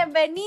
bienvenidos.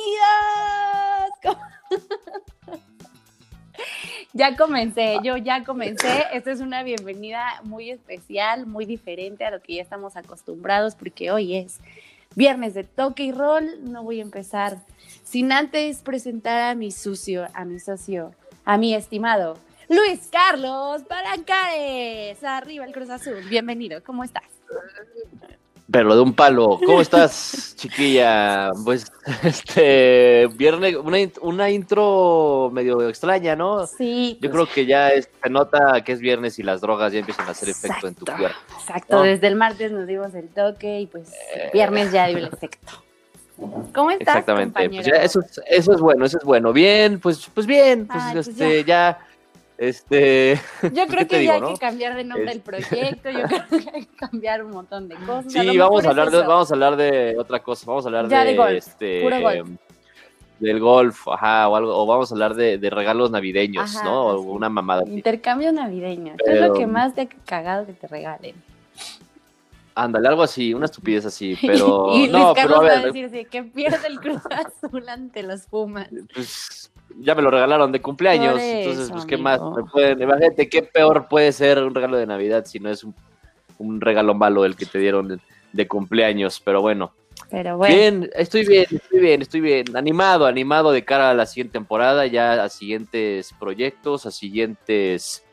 Yo ya comencé. Esta es una bienvenida muy especial, muy diferente a lo que ya estamos acostumbrados, porque hoy es viernes de toque y rol. No voy a empezar sin antes presentar a mi socio, a mi estimado Luis Carlos Barancares. Arriba el Cruz Azul. Bienvenido, ¿cómo estás? Pero de un palo. ¿Cómo estás, chiquilla? Pues, viernes, una intro medio extraña, ¿no? Sí. Yo creo que ya se nota que es viernes y las drogas ya empiezan a hacer efecto en tu cuerpo. Exacto, ¿no? Desde el martes nos dimos el toque y pues viernes ya dio el efecto. ¿Cómo estás, exactamente, compañero? Pues ya eso es bueno. Bien, pues bien, ya. Yo creo que ya hay que cambiar de nombre el proyecto, yo creo que hay que cambiar un montón de cosas. Sí, vamos a hablar de otra cosa, vamos a hablar ya de golf, puro golf. Del golf, ajá, o algo, o vamos a hablar de regalos navideños, ajá, ¿no? O sí. Una mamada. Intercambio navideño. ¿Qué es lo que más te ha cagado que te regalen? Ándale, algo así, una estupidez así, pero y Luis Carlos va a decir así, que pierde el Cruz Azul ante los Pumas. Pues ya me lo regalaron de cumpleaños, entonces pues qué más me pueden, imagínate qué peor puede ser un regalo de Navidad si no es un regalo malo el que te dieron de cumpleaños, pero bueno. Bien, estoy bien, animado de cara a la siguiente temporada, ya a siguientes proyectos, a siguientes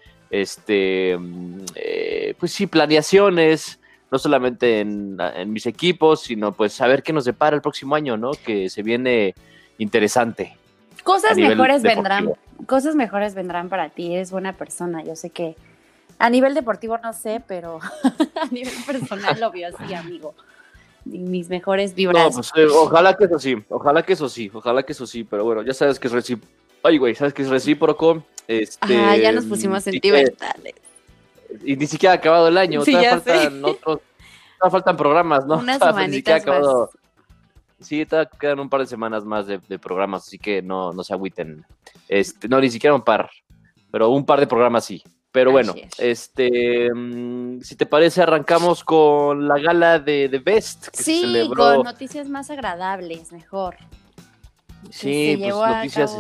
pues sí, planeaciones, no solamente en mis equipos, sino pues saber qué nos depara el próximo año, ¿no? Que se viene interesante. Cosas mejores vendrán para ti, eres buena persona, yo sé que a nivel deportivo no sé, pero a nivel personal lo veo así, amigo. Mis mejores vibras. No, pues, ojalá que eso sí, pero bueno, ya sabes que es recíproco. Ay, güey, sabes que es recíproco. Ya nos pusimos sentimentales. Y ni siquiera ha acabado el año, sí, todavía faltan programas, ¿no? Unas semanitas más. Sí, quedan un par de semanas más de programas, así que no se agüiten. No, ni siquiera un par, pero un par de programas sí. Pero bueno, si te parece, arrancamos con la gala de The Best. Que sí, se celebró... con noticias más agradables, mejor. Sí, pues noticias,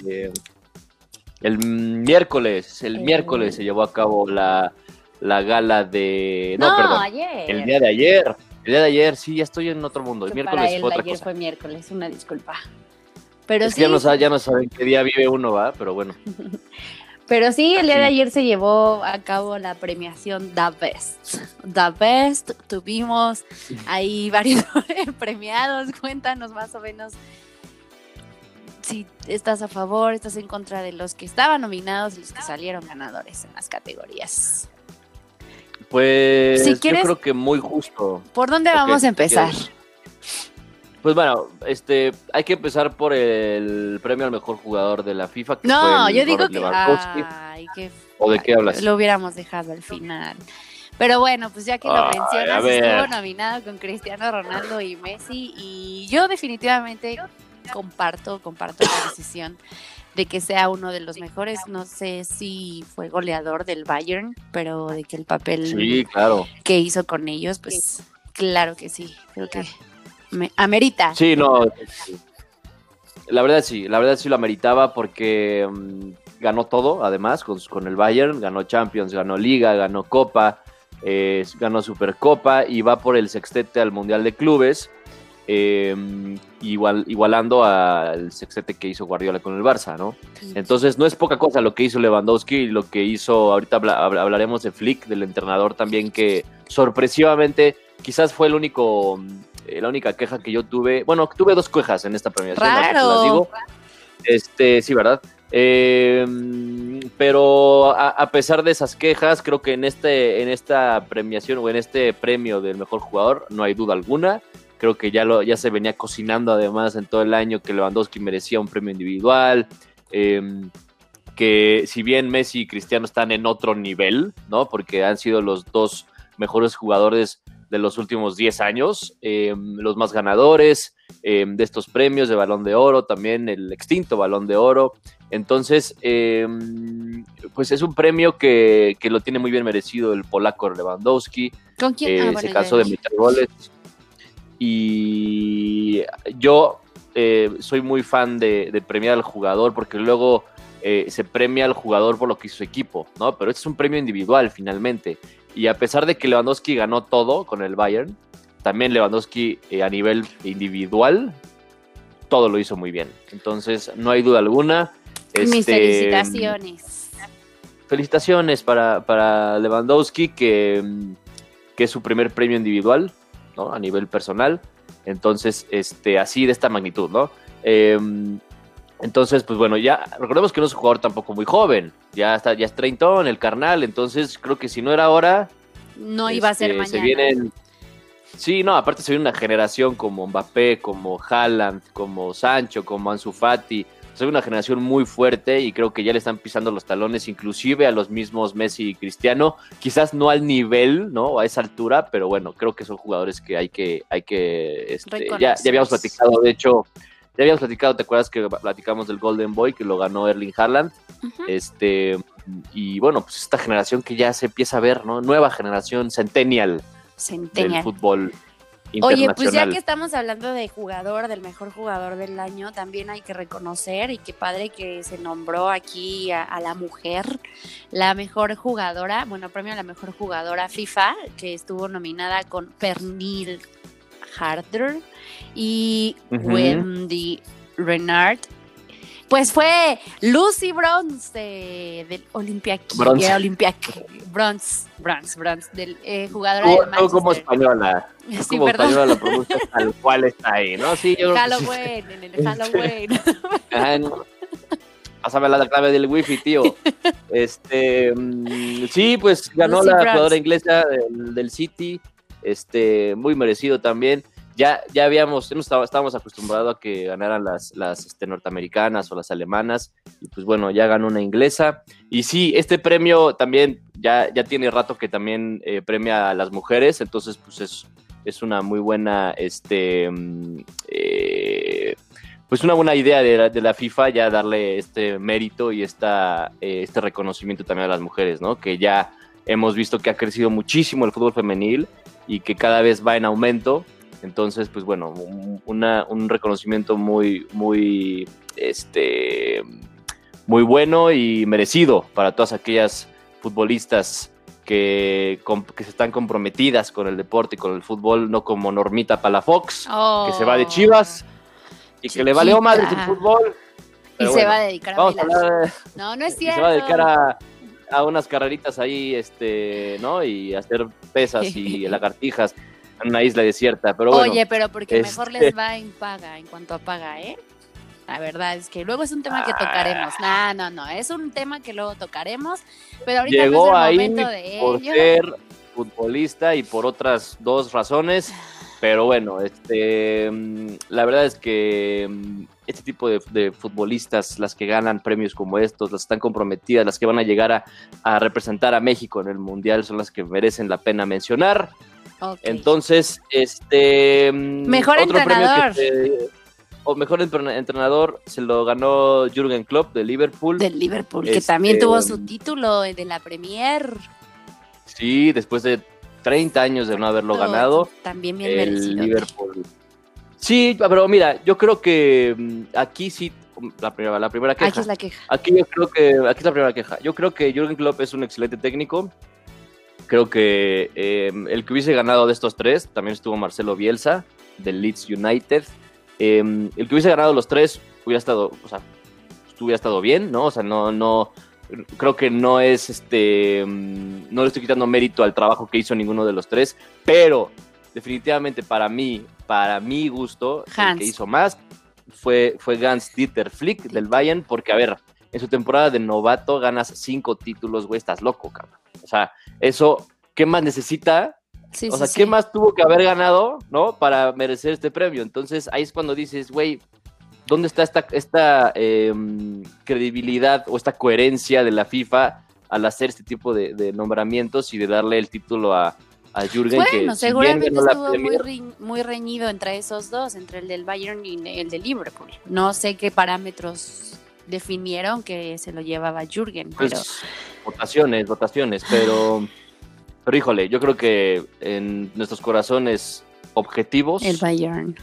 el miércoles se llevó a cabo la gala de... No, perdón, ayer. El día de ayer, sí, ya estoy en otro mundo. El miércoles fue otra cosa. Ayer fue miércoles, una disculpa. Pero es sí. Que ya no saben qué día vive uno, ¿va? Pero bueno. Pero sí, el día de ayer se llevó a cabo la premiación The Best. Tuvimos ahí varios premiados. Cuéntanos más o menos si estás a favor, estás en contra de los que estaban nominados y los que salieron ganadores en las categorías. Pues si quieres, yo creo que muy justo. ¿Por dónde vamos a empezar? Pues bueno, hay que empezar por el premio al mejor jugador de la FIFA. Que no, fue yo digo que... ¿O de qué hablas? Lo hubiéramos dejado al final. Pero bueno, pues ya que lo mencionas, estuvo nominado con Cristiano Ronaldo y Messi. Y yo definitivamente comparto la decisión de que sea uno de los mejores. No sé si fue goleador del Bayern, pero de que el papel que hizo con ellos, pues claro que sí. Creo que amerita. Sí, no. La verdad sí lo ameritaba porque ganó todo, además, con el Bayern, ganó Champions, ganó Liga, ganó Copa, ganó Supercopa y va por el sextete al Mundial de Clubes, igualando al sextete que hizo Guardiola con el Barça, ¿no? Entonces no es poca cosa lo que hizo Lewandowski y lo que hizo, ahorita hablaremos de Flick, del entrenador también, que sorpresivamente quizás fue la única queja que yo tuve. Bueno, tuve dos quejas en esta premiación. ¡Raro! Las digo. Sí, ¿verdad? Pero a pesar de esas quejas, creo que en esta premiación o en este premio del mejor jugador no hay duda alguna. Creo que ya se venía cocinando además en todo el año que Lewandowski merecía un premio individual. Que si bien Messi y Cristiano están en otro nivel, ¿no? Porque han sido los dos mejores jugadores de los últimos 10 años, los más ganadores de estos premios de Balón de Oro, también el extinto Balón de Oro. Entonces, pues es un premio que lo tiene muy bien merecido el polaco Lewandowski. ¿Con quién? Se cansó de meter goles. Y yo soy muy fan de premiar al jugador, porque luego se premia al jugador por lo que hizo su equipo, ¿no? Pero este es un premio individual finalmente. Y a pesar de que Lewandowski ganó todo con el Bayern, también Lewandowski a nivel individual, todo lo hizo muy bien. Entonces, no hay duda alguna. Mis felicitaciones. Felicitaciones para Lewandowski, que es su primer premio individual, ¿no? A nivel personal. Entonces, así de esta magnitud, ¿no? Entonces, pues bueno, ya recordemos que no es un jugador tampoco muy joven, ya es treintón, el carnal, entonces creo que si no era ahora, no iba a ser mañana. Se vienen, sí, no, aparte se viene una generación como Mbappé, como Haaland, como Sancho, como Ansu Fati, se ve una generación muy fuerte y creo que ya le están pisando los talones, inclusive a los mismos Messi y Cristiano, quizás no al nivel, ¿no? A esa altura, pero bueno, creo que son jugadores que hay que ya habíamos platicado, de hecho. Ya habíamos platicado, ¿te acuerdas que platicamos del Golden Boy, que lo ganó Erling Haaland? Uh-huh. Y bueno, pues esta generación que ya se empieza a ver, ¿no? Nueva generación, centennial. Del fútbol internacional. Oye, pues ya que estamos hablando de jugador, del mejor jugador del año, también hay que reconocer, y qué padre que se nombró aquí a la mujer, la mejor jugadora, bueno, premio a la mejor jugadora FIFA, que estuvo nominada con Pernille Harder y Wendy Renard. Pues fue Lucy Bronze del Olympique, del jugadora del Manchester. Tú como española, española pronuncias tal cual está ahí, ¿no? Sí, yo Halloween, en el Halloween. Pásame la clave del wifi, tío. Sí, pues ganó Lucy la Bronze, jugadora inglesa del City, muy merecido también. Ya estábamos acostumbrados a que ganaran las norteamericanas o las alemanas, y pues bueno, ya ganó una inglesa. Y sí, este premio también ya tiene rato que también premia a las mujeres, entonces pues es una muy buena, pues una buena idea de la FIFA ya darle este mérito y este reconocimiento también a las mujeres, ¿no? Que ya hemos visto que ha crecido muchísimo el fútbol femenil y que cada vez va en aumento. Entonces, pues bueno, un reconocimiento muy, muy, muy bueno y merecido para todas aquellas futbolistas que están comprometidas con el deporte y con el fútbol, no como Normita Palafox, que se va de Chivas y chiquita, que le valió madre el fútbol. Y se va a dedicar a bailar. No es cierto. Se va a dedicar a unas carreritas ahí, ¿no? Y hacer pesas y lagartijas en una isla desierta, pero bueno. Oye, pero porque mejor les va en cuanto a paga, ¿eh? La verdad es que luego es un tema que tocaremos. No, es un tema que luego tocaremos, pero ahorita llegó no es el ahí momento de por ello. Ser futbolista y por otras 2 razones, pero bueno, la verdad es que este tipo de futbolistas, las que ganan premios como estos, las que están comprometidas, las que van a llegar a representar a México en el Mundial, son las que merecen la pena mencionar. Okay. Entonces, mejor otro entrenador. Mejor entrenador se lo ganó Jürgen Klopp de Liverpool. Del Liverpool, que también tuvo su título de la Premier. Sí, después de 30 años de no haberlo ganado. También bien merecido. Liverpool. Sí, pero mira, yo creo que aquí sí, la primera queja. Aquí es la queja. Aquí es la primera queja. Yo creo que Jürgen Klopp es un excelente técnico. Creo que el que hubiese ganado de estos 3, también estuvo Marcelo Bielsa, del Leeds United. El que hubiese ganado los 3 hubiera estado bien, ¿no? O sea, no creo que no es no le estoy quitando mérito al trabajo que hizo ninguno de los 3, pero definitivamente para mi gusto, el que hizo más fue Hans-Dieter Flick del Bayern, porque a ver, en su temporada de novato ganas 5 títulos, güey, estás loco, cabrón. O sea, eso, ¿qué más necesita? Sí, o sea, ¿qué más tuvo que haber ganado, no? Para merecer este premio. Entonces, ahí es cuando dices, güey, ¿dónde está esta credibilidad o esta coherencia de la FIFA al hacer este tipo de nombramientos y de darle el título a Jürgen? Bueno, que seguramente estuvo muy reñido entre esos dos, entre el del Bayern y el de Liverpool. No sé qué parámetros definieron que se lo llevaba Jürgen, pues, pero... Votaciones, pero híjole, yo creo que en nuestros corazones objetivos... El Bayern.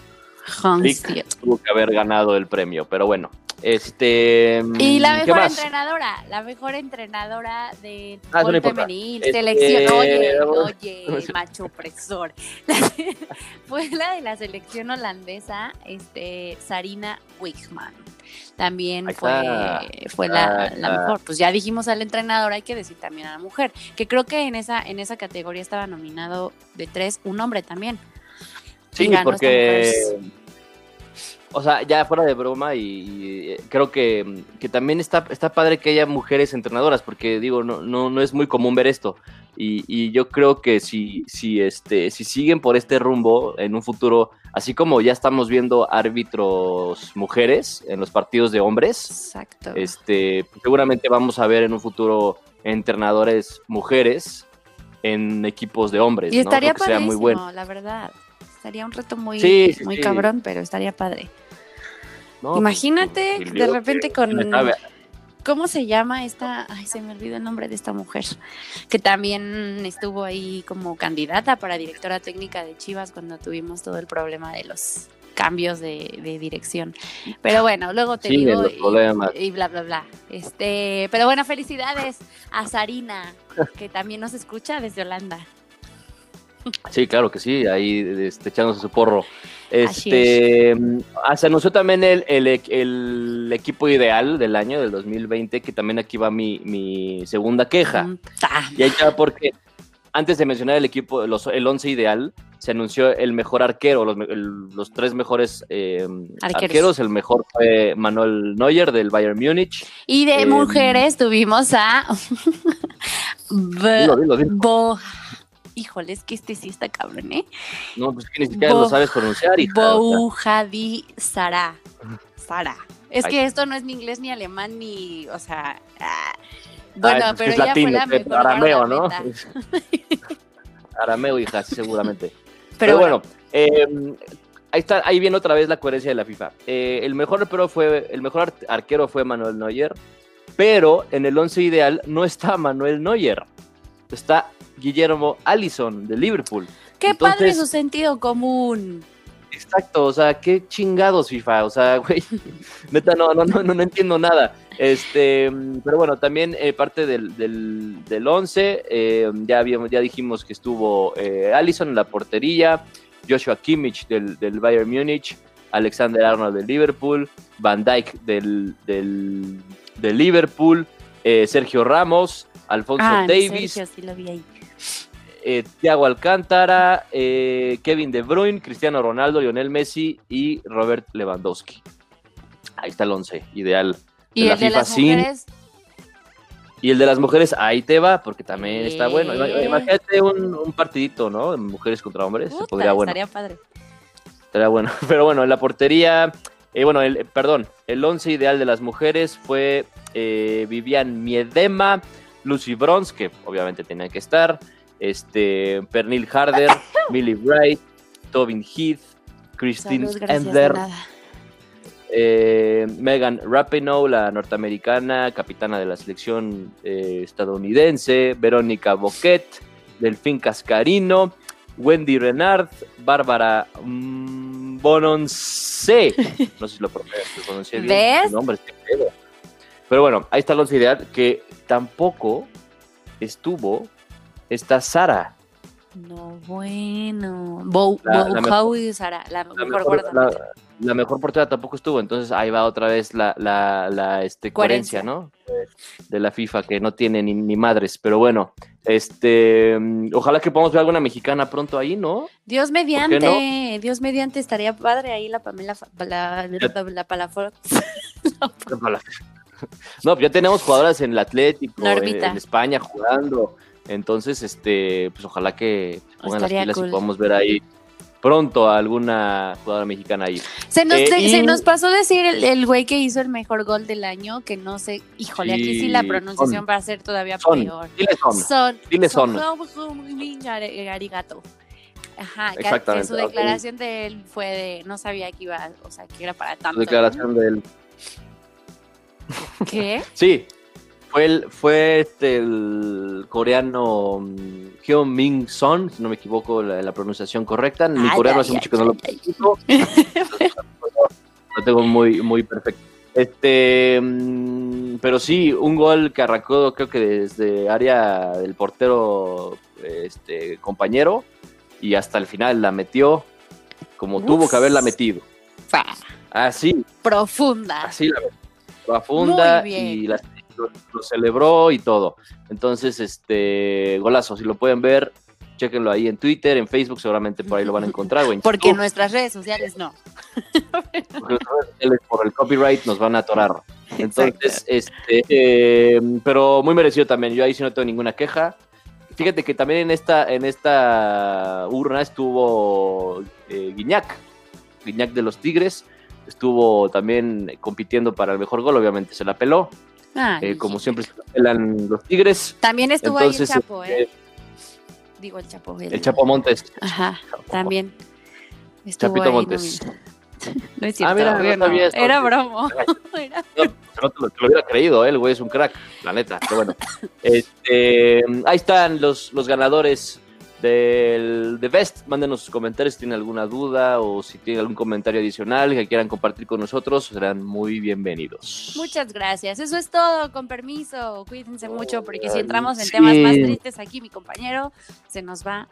Hansfield tuvo que haber ganado el premio, pero bueno. Y la ¿qué mejor más? entrenadora de Eso no fútbol importa. femenil, selección. Oye, macho opresor. Fue la de la selección holandesa, Sarina Wiegman. También fue la mejor. Pues ya dijimos a la entrenadora, hay que decir también a la mujer, que creo que en esa categoría estaba nominado de 3 un hombre también. Sí, porque, o sea, ya fuera de broma, y creo que también está padre que haya mujeres entrenadoras, porque digo, no es muy común ver esto, y yo creo que si siguen por este rumbo en un futuro, así como ya estamos viendo árbitros mujeres en los partidos de hombres, exacto, seguramente vamos a ver en un futuro entrenadores mujeres en equipos de hombres, y estaría ¿no? Creo que sea muy bueno. la verdad. Estaría un reto muy sí. cabrón, pero estaría padre. No, imagínate pues, de repente con... ¿Cómo se llama esta? Ay, se me olvidó el nombre de esta mujer, que también estuvo ahí como candidata para directora técnica de Chivas cuando tuvimos todo el problema de los cambios de dirección. Pero bueno, luego te digo y bla, bla, bla. Pero bueno, felicidades a Sarina, que también nos escucha desde Holanda. Sí, claro que sí, ahí echándose su porro. Se anunció también el equipo ideal del año, del 2020, que también aquí va mi segunda queja. Y ahí está porque antes de mencionar el equipo, el 11 ideal, se anunció el mejor arquero, los 3 mejores arqueros. El mejor fue Manuel Neuer del Bayern Múnich. Y de mujeres tuvimos a dilo. Híjole, es que sí está cabrón, ¿eh? No, pues que ni siquiera lo sabes pronunciar, hija. Bouhaddi Sara. Es que esto no es ni inglés, ni alemán, ni... O sea... Bueno, pues pero es ella latino, fue la mejor arameo, ¿no? Arameo, hija, seguramente. Pero bueno, ahí viene otra vez la coherencia de la FIFA. El mejor arquero fue Manuel Neuer, pero en el 11 ideal no está Manuel Neuer. Está Guillermo Alisson de Liverpool. ¡Qué padre su sentido común! Exacto, o sea, qué chingados FIFA, o sea, güey, neta no entiendo nada. Pero bueno, también parte del 11, ya dijimos que estuvo Alisson en la portería, Joshua Kimmich del Bayern Múnich, Alexander Arnold del Liverpool, Van Dijk del Liverpool, Sergio Ramos, Alfonso Davies, Sergio, sí lo vi ahí. Thiago Alcántara, Kevin De Bruyne, Cristiano Ronaldo, Lionel Messi y Robert Lewandowski. Ahí está el 11 ideal de la FIFA. Mujeres? Y el de las mujeres, ahí te va, porque también está bueno. Imagínate un partidito, ¿no? Mujeres contra hombres. Podría bueno. Estaría padre. Estaría bueno. Pero bueno, en la portería, el 11 ideal de las mujeres fue Vivian Miedema, Lucy Bronze, que obviamente tenían que estar, Pernille Harder, Millie Bright, Tobin Heath, Christine Endler, Megan Rapinoe, la norteamericana, capitana de la selección estadounidense, Verónica Boquet, Delfín Cascarino, Wendy Renard, Bárbara Bononce, no sé si lo pronuncié bien. ¿Ves? Su nombre, pero bueno, ahí está el 11 ideal, que tampoco estuvo esta Sara. No, bueno. Bouhaddi Sara, la mejor guardameta. La mejor portera tampoco estuvo, entonces ahí va otra vez la coherencia, ¿no? De la FIFA, que no tiene ni madres, pero bueno, ojalá que podamos ver alguna mexicana pronto ahí, ¿no? Dios mediante estaría padre ahí la Pamela, la Palafox. No, ya tenemos jugadoras en el Atlético, en España jugando, entonces, pues ojalá que pongan las pilas y podamos ver ahí pronto a alguna jugadora mexicana ahí. Se nos pasó decir el güey que hizo el mejor gol del año, que no sé, híjole, aquí sí la pronunciación va a ser todavía peor. Dile son. Arigato. Ajá, que su declaración de él fue de, no sabía que iba, o sea, que era para tanto. Su declaración de él. ¿Qué? Sí, Fue el coreano Hyun-Min Son, si no me equivoco la pronunciación correcta. Mi coreano hace mucho que no lo practico. Lo tengo muy, muy perfecto. Pero sí, un gol que arrancó, creo que desde área del portero compañero, y hasta el final la metió como tuvo que haberla metido. Así. Profunda. Así la metió. Profunda y lo celebró y todo. Entonces, golazo, si lo pueden ver, chéquenlo ahí en Twitter, en Facebook, seguramente por ahí lo van a encontrar. Porque en nuestras redes sociales no. Porque por el copyright nos van a atorar. Entonces, pero muy merecido también. Yo ahí sí no tengo ninguna queja. Fíjate que también en esta urna estuvo Guiñac de los Tigres. Estuvo también compitiendo para el mejor gol, obviamente se la peló. Como siempre se la pelan los Tigres. También estuvo ahí el Chapo, Digo el Chapo. El Chapo Montes. Ajá, también. Chapito Montes. No es cierto, mira, no sabía esto. Era broma. No te lo hubiera creído, el güey es un crack, la neta. Pero bueno, ahí están los ganadores del The Best. Mándenos sus comentarios si tienen alguna duda o si tienen algún comentario adicional que quieran compartir con nosotros, serán muy bienvenidos. Muchas gracias, eso es todo, con permiso, cuídense mucho porque si entramos en temas más tristes aquí, mi compañero se nos va.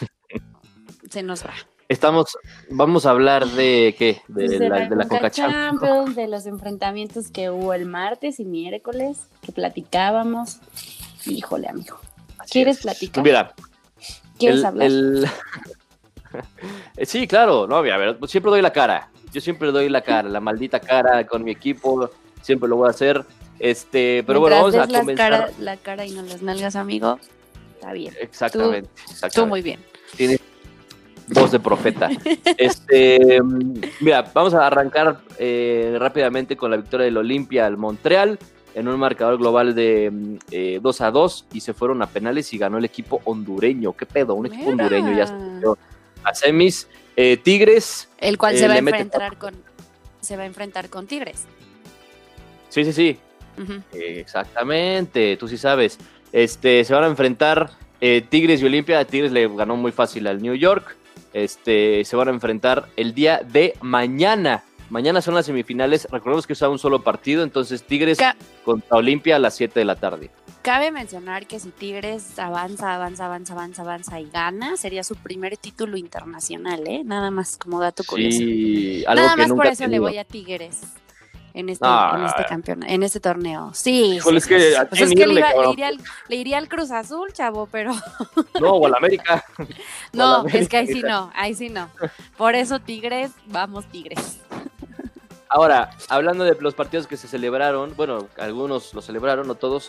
Vamos a hablar de ¿qué? De la Conca Champions, de los enfrentamientos que hubo el martes y miércoles, que platicábamos. Híjole, amigo. ¿Quieres platicar? Mira, ¿quieres hablar? Sí, claro, no, a ver, siempre doy la cara. Yo siempre doy la cara, la maldita cara con mi equipo, siempre lo voy a hacer. Pero bueno, vamos a comenzar. La cara y no las nalgas, amigo. Está bien. Exactamente. Tú muy bien. Tienes voz de profeta. Mira, vamos a arrancar rápidamente con la victoria del Olimpia al Montreal en un marcador global de 2-2 y se fueron a penales y ganó el equipo hondureño. ¿Qué pedo? Un equipo hondureño ya se metió a semis. Tigres. El cual se va a enfrentar con Tigres. Sí. Uh-huh. Exactamente, tú sí sabes. Se van a enfrentar Tigres y Olimpia. Tigres le ganó muy fácil al New York. Se van a enfrentar el día de mañana. Mañana son las semifinales. Recordemos que es un solo partido, entonces Tigres contra Olimpia a las 7 de la tarde. Cabe mencionar que si Tigres avanza y gana, sería su primer título internacional, nada más como dato curioso. Nada más por eso le voy a Tigres en este campeonato, en este torneo. Sí. Híjole, es que le iría al Cruz Azul, chavo, pero no, o al América. No, América, es que ahí sí no. Por eso Tigres, vamos Tigres. Ahora, hablando de los partidos que se celebraron, bueno, algunos lo celebraron, no todos.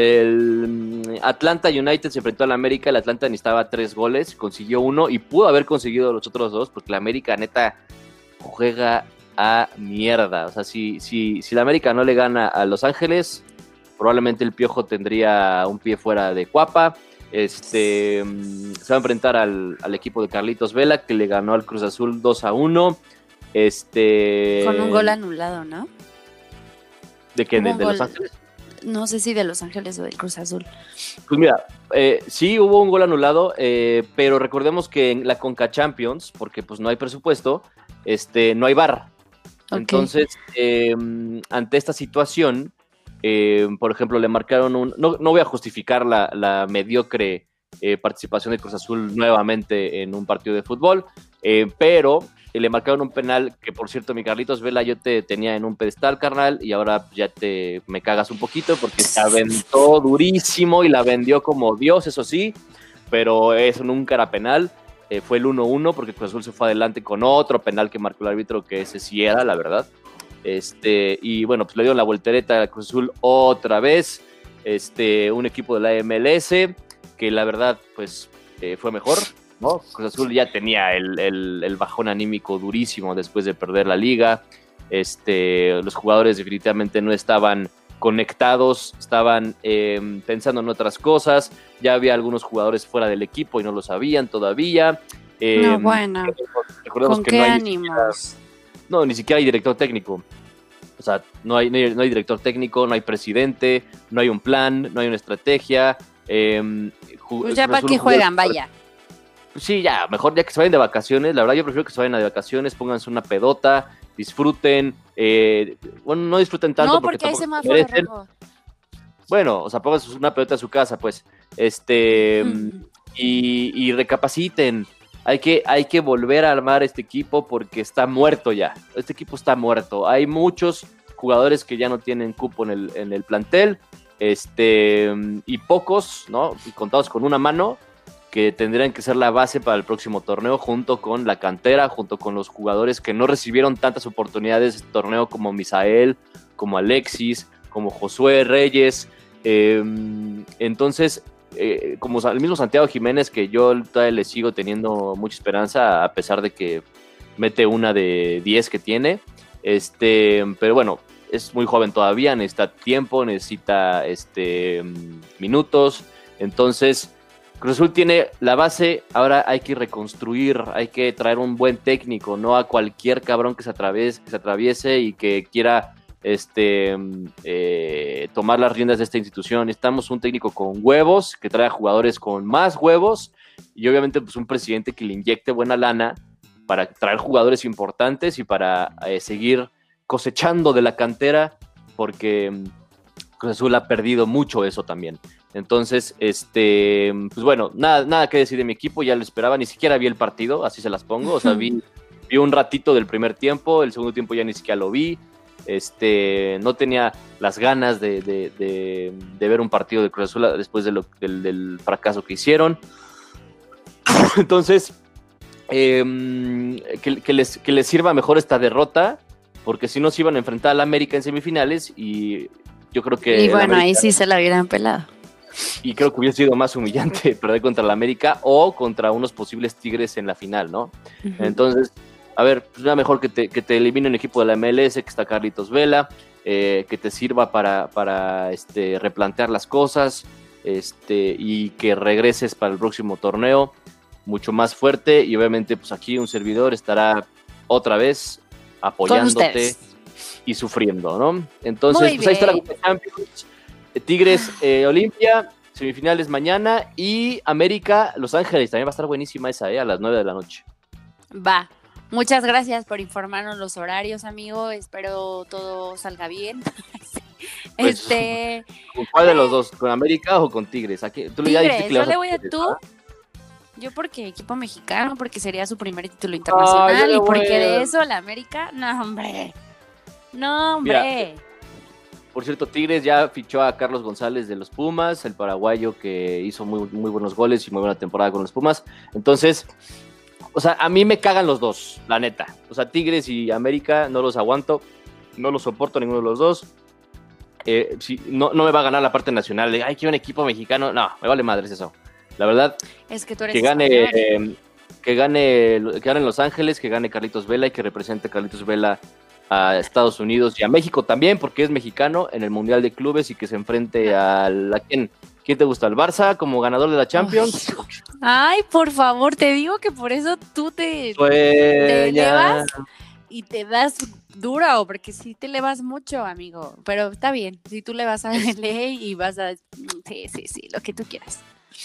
El Atlanta United se enfrentó al América. El Atlanta necesitaba 3 goles, consiguió 1 y pudo haber conseguido los otros 2 porque la América neta juega a mierda. O sea, si la América no le gana a Los Ángeles, probablemente el Piojo tendría un pie fuera de Cuapa. Se va a enfrentar al equipo de Carlitos Vela, que le ganó al Cruz Azul 2-1. Con un gol anulado, ¿no? ¿De qué? ¿De Los Ángeles? No sé si de Los Ángeles o del Cruz Azul. Pues mira, sí hubo un gol anulado, pero recordemos que en la Conca Champions, porque pues no hay presupuesto, no hay VAR. Okay. Entonces, ante esta situación, por ejemplo, le marcaron no voy a justificar la mediocre participación de Cruz Azul nuevamente en un partido de fútbol, pero le marcaron un penal que, por cierto, mi Carlitos Vela, yo te tenía en un pedestal, carnal, y ahora ya me cagas un poquito porque se aventó durísimo y la vendió como Dios, eso sí, pero eso nunca era penal. Fue el 1-1 porque Cruz Azul se fue adelante con otro penal que marcó el árbitro, que ese sí era, la verdad. Y bueno, pues le dieron la voltereta a Cruz Azul otra vez. Un equipo de la MLS que la verdad, pues, fue mejor, ¿no? Cruz Azul ya tenía el bajón anímico durísimo después de perder la liga. Los jugadores definitivamente no estaban conectados, estaban pensando en otras cosas. Ya había algunos jugadores fuera del equipo y no lo sabían todavía. No, bueno. Recordemos ¿Con que qué no hay ánimos? ni siquiera hay director técnico. O sea, no hay director técnico, no hay presidente, no hay un plan, no hay una estrategia. Pues ya para qué juegan, vaya. Sí, ya, mejor ya que se vayan de vacaciones. La verdad, yo prefiero que se vayan de vacaciones, pónganse una pedota, disfruten. Bueno, no disfruten tanto. No, porque hay semáforo rojo. Bueno, o sea, pónganse una pedota a su casa, pues. Y recapaciten. Hay que volver a armar este equipo porque está muerto ya. Este equipo está muerto. Hay muchos jugadores que ya no tienen cupo en el plantel. Y pocos, ¿no? Y contados con una mano, que tendrían que ser la base para el próximo torneo, junto con la cantera, junto con los jugadores que no recibieron tantas oportunidades de este torneo, como Misael, como Alexis, como Josué Reyes. Entonces, como el mismo Santiago Jiménez, que yo todavía le sigo teniendo mucha esperanza, a pesar de que mete una de 10 que tiene. Pero bueno, es muy joven todavía, necesita tiempo, necesita minutos. Entonces, Cruz Azul tiene la base, ahora hay que reconstruir, hay que traer un buen técnico, no a cualquier cabrón que se atraviese y que quiera tomar las riendas de esta institución. Necesitamos un técnico con huevos, que traiga jugadores con más huevos, y obviamente pues un presidente que le inyecte buena lana para traer jugadores importantes y para seguir cosechando de la cantera, porque Cruz Azul ha perdido mucho eso también. Entonces, pues bueno, nada que decir de mi equipo, ya lo esperaba, ni siquiera vi el partido, así se las pongo, o sea, vi un ratito del primer tiempo, el segundo tiempo ya ni siquiera lo vi. No tenía las ganas de ver un partido de Cruz Azul después del fracaso que hicieron. Entonces, que les sirva mejor esta derrota, porque si no se iban a enfrentar al América en semifinales, y yo creo que... Y bueno, América, ahí sí se la hubieran pelado. Y creo que hubiera sido más humillante perder contra el América o contra unos posibles Tigres en la final, ¿no? Uh-huh. Entonces, a ver, pues nada mejor que te elimine un equipo de la MLS, que está Carlitos Vela, que te sirva para replantear las cosas, y que regreses para el próximo torneo mucho más fuerte, y obviamente pues aquí un servidor estará otra vez apoyándote y sufriendo, ¿no? Entonces, pues ahí está la Copa Champions, Tigres, Olimpia, semifinales mañana, y América, Los Ángeles, también va a estar buenísima esa, a las 9 de la noche. Va. Muchas gracias por informarnos los horarios, amigo. Espero todo salga bien. Pues, ¿con cuál de los dos? ¿Con América o con Tigres? Aquí, tú Tigres, ya dijiste que yo le voy a tú. ¿No? Yo porque equipo mexicano, porque sería su primer título internacional, y porque de eso la América, no hombre. Mira, por cierto, Tigres ya fichó a Carlos González de los Pumas, el paraguayo que hizo muy, muy buenos goles y muy buena temporada con los Pumas. Entonces, o sea, a mí me cagan los dos, la neta. O sea, Tigres y América no los aguanto, no los soporto ninguno de los dos. No me va a ganar la parte nacional de, ay, que un equipo mexicano. No, me vale madres eso. La verdad, es que tú eres que gane Los Ángeles, que gane Carlitos Vela y que represente Carlitos Vela a Estados Unidos y a México también, porque es mexicano en el Mundial de Clubes, y que se enfrente a ¿quién te gusta? ¿El Barça como ganador de la Champions? Ay, por favor, te digo que por eso tú te elevas y te das duro, porque sí te elevas mucho, amigo. Pero está bien, si tú le vas a LA y vas a... Sí, lo que tú quieras.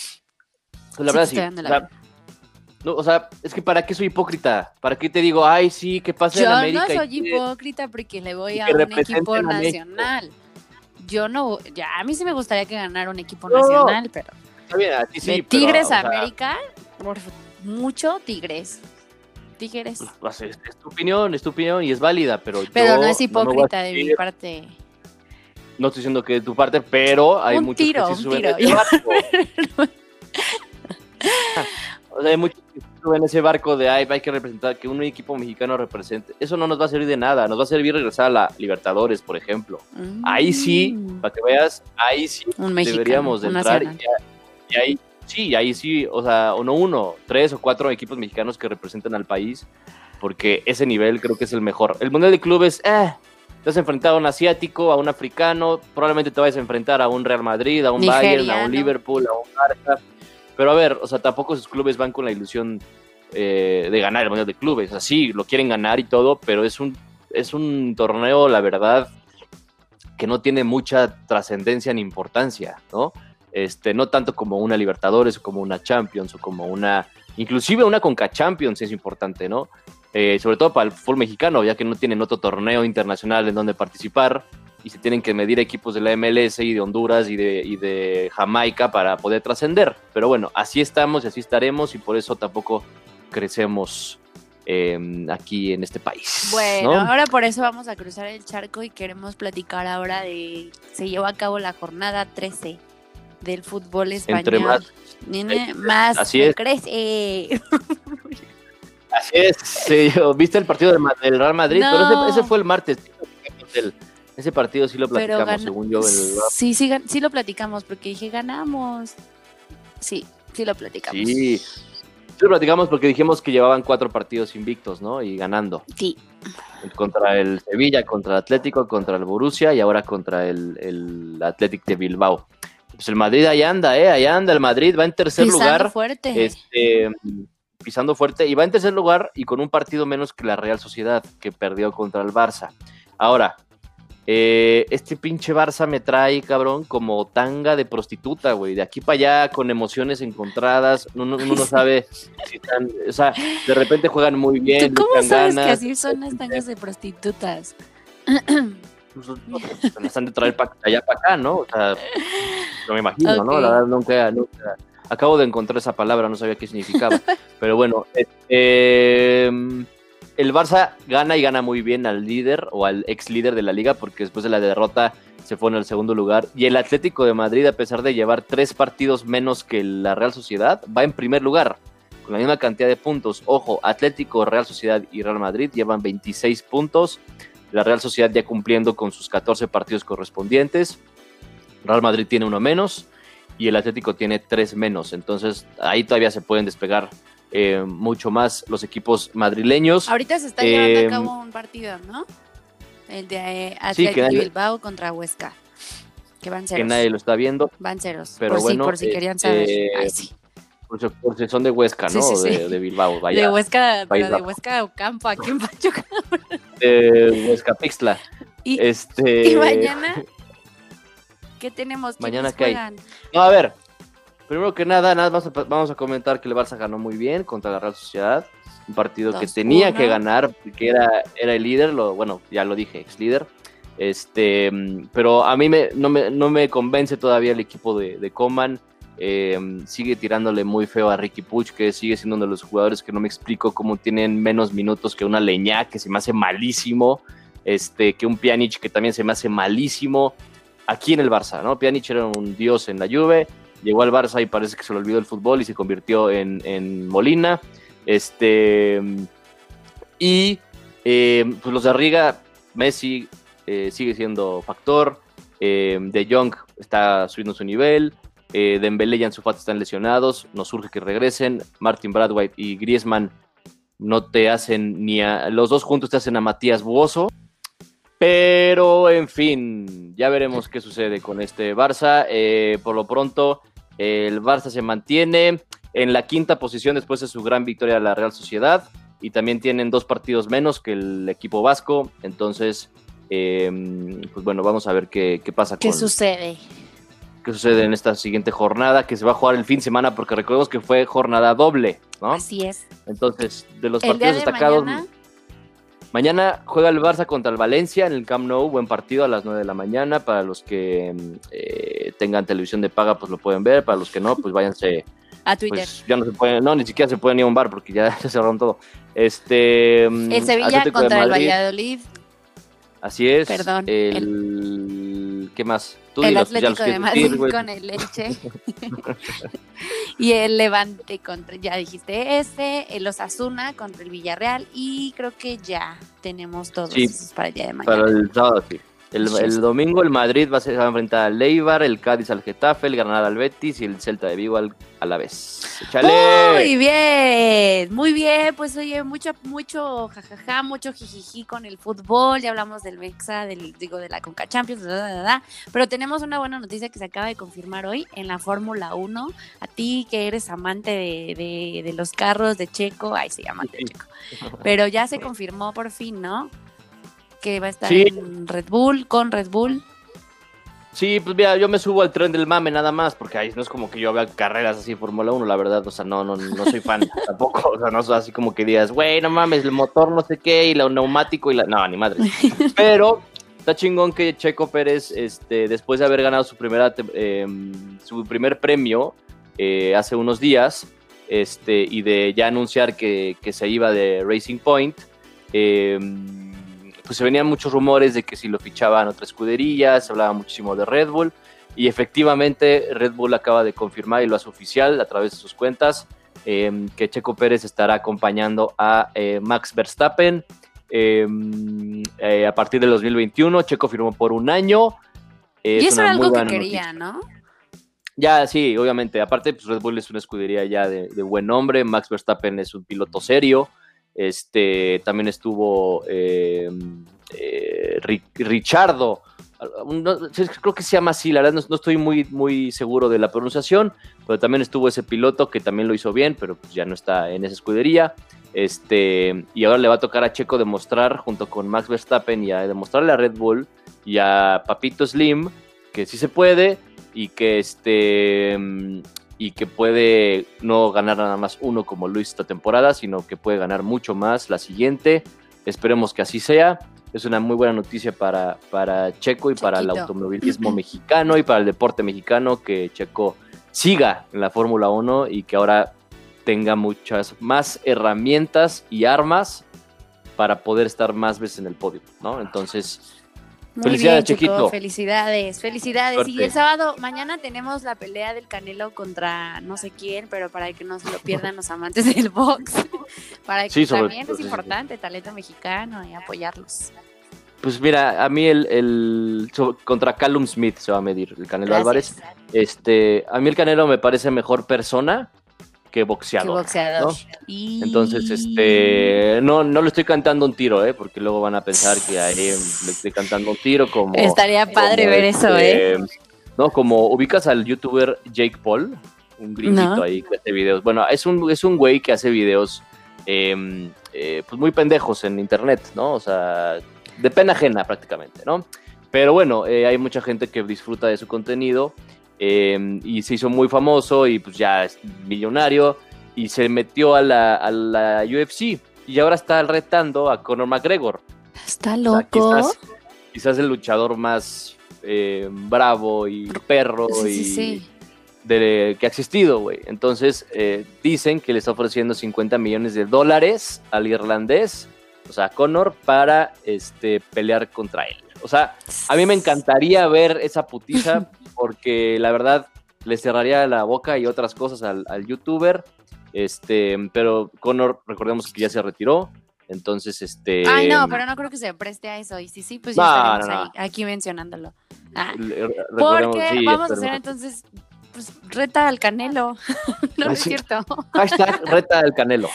La verdad sí. No, o sea, es que ¿para qué soy hipócrita? ¿Para qué te digo, ay, sí, que pase en América? Yo no soy hipócrita porque le voy a un equipo nacional. Yo no, ya a mí sí me gustaría que ganara un equipo nacional, pero está bien, a ti sí, de Tigres a América, por mucho Tigres. Pues, es tu opinión y es válida, pero no es hipócrita de mi parte. No estoy diciendo que de tu parte, pero hay muchos que sí suben ese barco. O sea, hay muchos que suben ese barco de hay que representar, que un equipo mexicano represente. Eso no nos va a servir de nada. Nos va a servir regresar a la Libertadores, por ejemplo. Ahí sí, para que veas, ahí sí deberíamos de entrar. Y ahí sí, o sea, no 3 o 4 equipos mexicanos que representan al país, porque ese nivel creo que es el mejor. El Mundial de Clubes, te has enfrentado a un asiático, a un africano, probablemente te vayas a enfrentar a un Real Madrid, a un Bayern, a un Liverpool, a un Barça. Pero a ver, o sea, tampoco esos clubes van con la ilusión de ganar el Mundial de Clubes. O sea, sí, lo quieren ganar y todo, pero es es un torneo, la verdad, que no tiene mucha trascendencia ni importancia, ¿no? No tanto como una Libertadores o como una Champions o como inclusive una Conca Champions es importante, ¿no? Sobre todo para el fútbol mexicano, ya que no tienen otro torneo internacional en donde participar y se tienen que medir equipos de la MLS y de Honduras y de Jamaica para poder trascender. Pero bueno, así estamos y así estaremos y por eso tampoco crecemos aquí en este país. Bueno, ¿no? ahora por eso vamos a cruzar el charco y queremos platicar ahora se llevó a cabo la jornada 13 del fútbol español. Entre más así es. crece. Así es, sí, ¿viste el partido del Real Madrid? No. Pero ese fue el martes. Ese partido sí lo platicamos, según yo. Sí lo platicamos, porque dije, ganamos. Sí lo platicamos. Sí lo platicamos porque dijimos que llevaban 4 partidos invictos, ¿no? Y ganando. Sí. Contra el Sevilla, contra el Atlético, contra el Borussia y ahora contra el Athletic de Bilbao. Pues el Madrid ahí anda el Madrid, va en tercer lugar. Fuerte. Pisando fuerte y va en tercer lugar y con un partido menos que la Real Sociedad, que perdió contra el Barça. Ahora, este pinche Barça me trae, cabrón, como tanga de prostituta, güey, de aquí para allá con emociones encontradas, uno no sabe si están, o sea, de repente juegan muy bien. ¿Tú cómo sabes ganas, que así son las tangas de prostitutas? Pues, están de traer allá para acá, ¿no? O sea, no me imagino, okay. ¿No? La verdad nunca. Acabo de encontrar esa palabra, no sabía qué significaba. Pero bueno, el Barça gana y gana muy bien al líder o al ex líder de la liga, porque después de la derrota se fue en el segundo lugar. Y el Atlético de Madrid, a pesar de llevar 3 partidos menos que la Real Sociedad, va en primer lugar, con la misma cantidad de puntos. Ojo, Atlético, Real Sociedad y Real Madrid llevan 26 puntos. La Real Sociedad ya cumpliendo con sus 14 partidos correspondientes. Real Madrid tiene 1 menos. Y el Atlético tiene 3 menos, entonces ahí todavía se pueden despegar mucho más los equipos madrileños. Ahorita se está llevando a cabo un partido, ¿no? El de Atlético Bilbao contra Huesca, que van ceros. Que nadie lo está viendo. Van ceros, pero por si querían saber. Ay, sí. Por si son de Huesca, ¿no? Sí. De Bilbao, vaya. De Huesca, pero de Huesca Ocampo, aquí en Pachuca. Huesca Pixtla. Y mañana... ¿Qué tenemos? Mañana que hay. No, a ver, primero que nada vamos a comentar que el Barça ganó muy bien contra la Real Sociedad, un partido 2-1. Que tenía que ganar, porque era el líder, ya lo dije, ex líder. Pero a mí no me convence todavía el equipo de Koeman. Sigue tirándole muy feo a Riqui Puig, que sigue siendo uno de los jugadores que no me explico cómo tienen menos minutos que una Leñá, que se me hace malísimo, que un Pjanic, que también se me hace malísimo. Aquí en el Barça, ¿no? Pjanic era un dios en la Juve, llegó al Barça y parece que se le olvidó el fútbol y se convirtió en Molina. Pues los de arriba, Messi sigue siendo factor, De Jong está subiendo su nivel, Dembélé y Ansu Fati están lesionados, nos urge que regresen, Martin Braithwaite y Griezmann no te hacen los dos juntos te hacen a Matías Buoso. Pero, en fin, ya veremos qué sucede con este Barça. Por lo pronto, el Barça se mantiene en la 5ª posición después de su gran victoria de la Real Sociedad. Y también tienen 2 partidos menos que el equipo vasco. Entonces, pues bueno, vamos a ver qué pasa. ¿Qué sucede? ¿Qué sucede en esta siguiente jornada? Que se va a jugar el fin de semana, porque recordemos que fue jornada doble, ¿no? Así es. Entonces, de los partidos destacados... Mañana juega el Barça contra el Valencia en el Camp Nou, buen partido a las 9 de la mañana. Para los que tengan televisión de paga, pues lo pueden ver. Para los que no, pues váyanse a Twitter. Pues ya no se pueden, ni siquiera se pueden ir a un bar porque ya se cerraron todo. El Sevilla contra el Valladolid. Así es. Perdón. ¿Qué más? Tú el Atlético de Madrid con el Elche. Y el Levante ya dijiste el Osasuna contra el Villarreal. Y creo que ya tenemos todos esos para el día de mañana. Para el sábado, sí. El domingo el Madrid va a enfrentar al Eibar, el Cádiz al Getafe, el Granada al Betis y el Celta de Vigo al Alavés. ¡Échale! Muy bien, pues oye, mucho jajaja, mucho jijiji con el fútbol, ya hablamos del Mexa, de la Conca Champions, pero tenemos una buena noticia que se acaba de confirmar hoy en la Fórmula 1. A ti que eres amante de los carros de Checo, se llama de Checo, pero ya se confirmó por fin, ¿no? que va a estar en Red Bull, con Red Bull. Sí, pues mira, yo me subo al tren del mame nada más, porque ahí no es como que yo vea carreras así Fórmula 1, la verdad, o sea, no soy fan tampoco, o sea, no soy así como que digas, güey, no mames, el motor no sé qué, y el neumático, no, ni madre. Pero está chingón que Checo Pérez, después de haber ganado su primer premio hace unos días, y de ya anunciar que se iba de Racing Point, pues se venían muchos rumores de que si lo fichaban otra escudería, se hablaba muchísimo de Red Bull, y efectivamente Red Bull acaba de confirmar, y lo hace oficial a través de sus cuentas, que Checo Pérez estará acompañando a Max Verstappen a partir del 2021. Checo firmó por un año. Y eso era algo que quería, ¿no? Ya, sí, obviamente. Aparte, pues Red Bull es una escudería ya de buen nombre. Max Verstappen es un piloto serio. También estuvo Richardo, creo que se llama así, la verdad no estoy muy seguro de la pronunciación, pero también estuvo ese piloto que también lo hizo bien, pero pues ya no está en esa escudería. Y ahora le va a tocar a Checo demostrar, junto con Max Verstappen, y a demostrarle a Red Bull y a Papito Slim que sí se puede, y que y que puede no ganar nada más uno como lo hizo esta temporada, sino que puede ganar mucho más la siguiente. Esperemos que así sea. Es una muy buena noticia para Checo y para el automovilismo mexicano y para el deporte mexicano, que Checo siga en la Fórmula 1 y que ahora tenga muchas más herramientas y armas para poder estar más veces en el podio, ¿no? Entonces, muy felicidades, bien, Checo, Chequito. Felicidades. Suerte. Y el sábado, mañana tenemos la pelea del Canelo contra no sé quién, pero para que no se lo pierdan los amantes del box, para que también es importante, talento mexicano, y apoyarlos. Pues mira, a mí contra Callum Smith se va a medir el Canelo Álvarez. A mí el Canelo me parece mejor persona que boxeador. ¿No? Entonces, no le estoy cantando un tiro, porque luego van a pensar que ahí le estoy cantando un tiro, como... Estaría padre ver eso, No, como ubicas al youtuber Jake Paul, un gringuito ahí que hace videos. Bueno, es un güey que hace videos pues muy pendejos en internet, ¿no? O sea, de pena ajena prácticamente, ¿no? Pero bueno, hay mucha gente que disfruta de su contenido, y se hizo muy famoso y pues ya es millonario, y se metió a la UFC y ahora está retando a Conor McGregor. Está loco. O sea, quizás el luchador más bravo y perro que ha existido, güey. Entonces dicen que le está ofreciendo $50 millones al irlandés, o sea, Conor, para pelear contra él. O sea, a mí me encantaría ver esa putiza, porque la verdad le cerraría la boca y otras cosas al youtuber, pero Conor, recordemos que ya se retiró, entonces Ay, no, pero no creo que se preste a eso, y sí, pues ya estaremos aquí mencionándolo. Porque vamos a hacer entonces, pues, reta al Canelo. No es cierto. Hashtag reta al Canelo.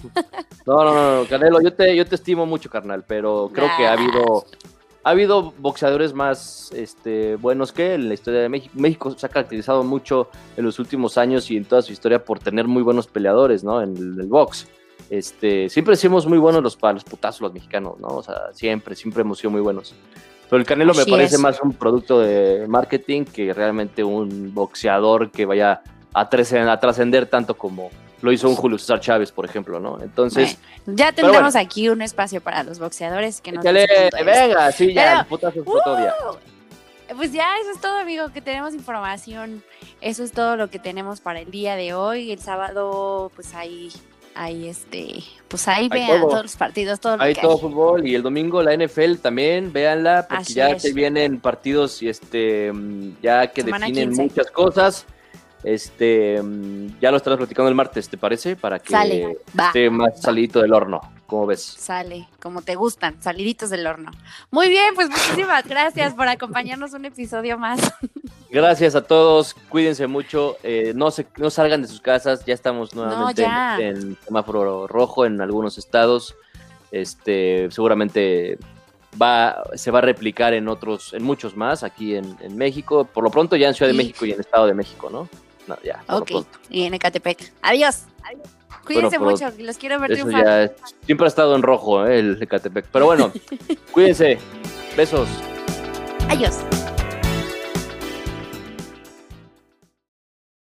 No, Canelo, yo te estimo mucho, carnal, pero creo que ha habido boxeadores más buenos que él en la historia de México. México se ha caracterizado mucho en los últimos años y en toda su historia por tener muy buenos peleadores, ¿no? En el box. Siempre hicimos muy buenos para los putazos los mexicanos, ¿no? O sea, siempre hemos sido muy buenos. Pero el Canelo me parece más un producto de marketing que realmente un boxeador que vaya a trascender tanto como lo hizo un Julio César Chávez, por ejemplo, ¿no? Entonces... ya tendremos aquí un espacio para los boxeadores que nos... Venga, sí, ya, putazos por todo día. Pues ya, eso es todo, amigo, que tenemos información. Eso es todo lo que tenemos para el día de hoy. El sábado, pues ahí vean todos los partidos, todo lo hay que todo hay. Fútbol, y el domingo la NFL también, véanla, porque así ya se vienen partidos y ya que Semana definen 15. muchas cosas. Ya lo estarás platicando el martes, ¿te parece? Para que esté más salidito del horno. ¿Cómo ves? Sale, como te gustan, saliditos del horno. Muy bien, pues muchísimas gracias por acompañarnos un episodio más. Gracias a todos, cuídense mucho, no salgan de sus casas, ya estamos nuevamente en semáforo rojo en algunos estados, seguramente se va a replicar en muchos más aquí en México, por lo pronto ya en Ciudad de México y en Estado de México, ¿no? Ya, por lo pronto. Y en Ecatepec. Adiós. Cuídense mucho, los quiero ver triunfar. Siempre ha estado en rojo el Ecatepec. Pero bueno, cuídense. Besos. Adiós.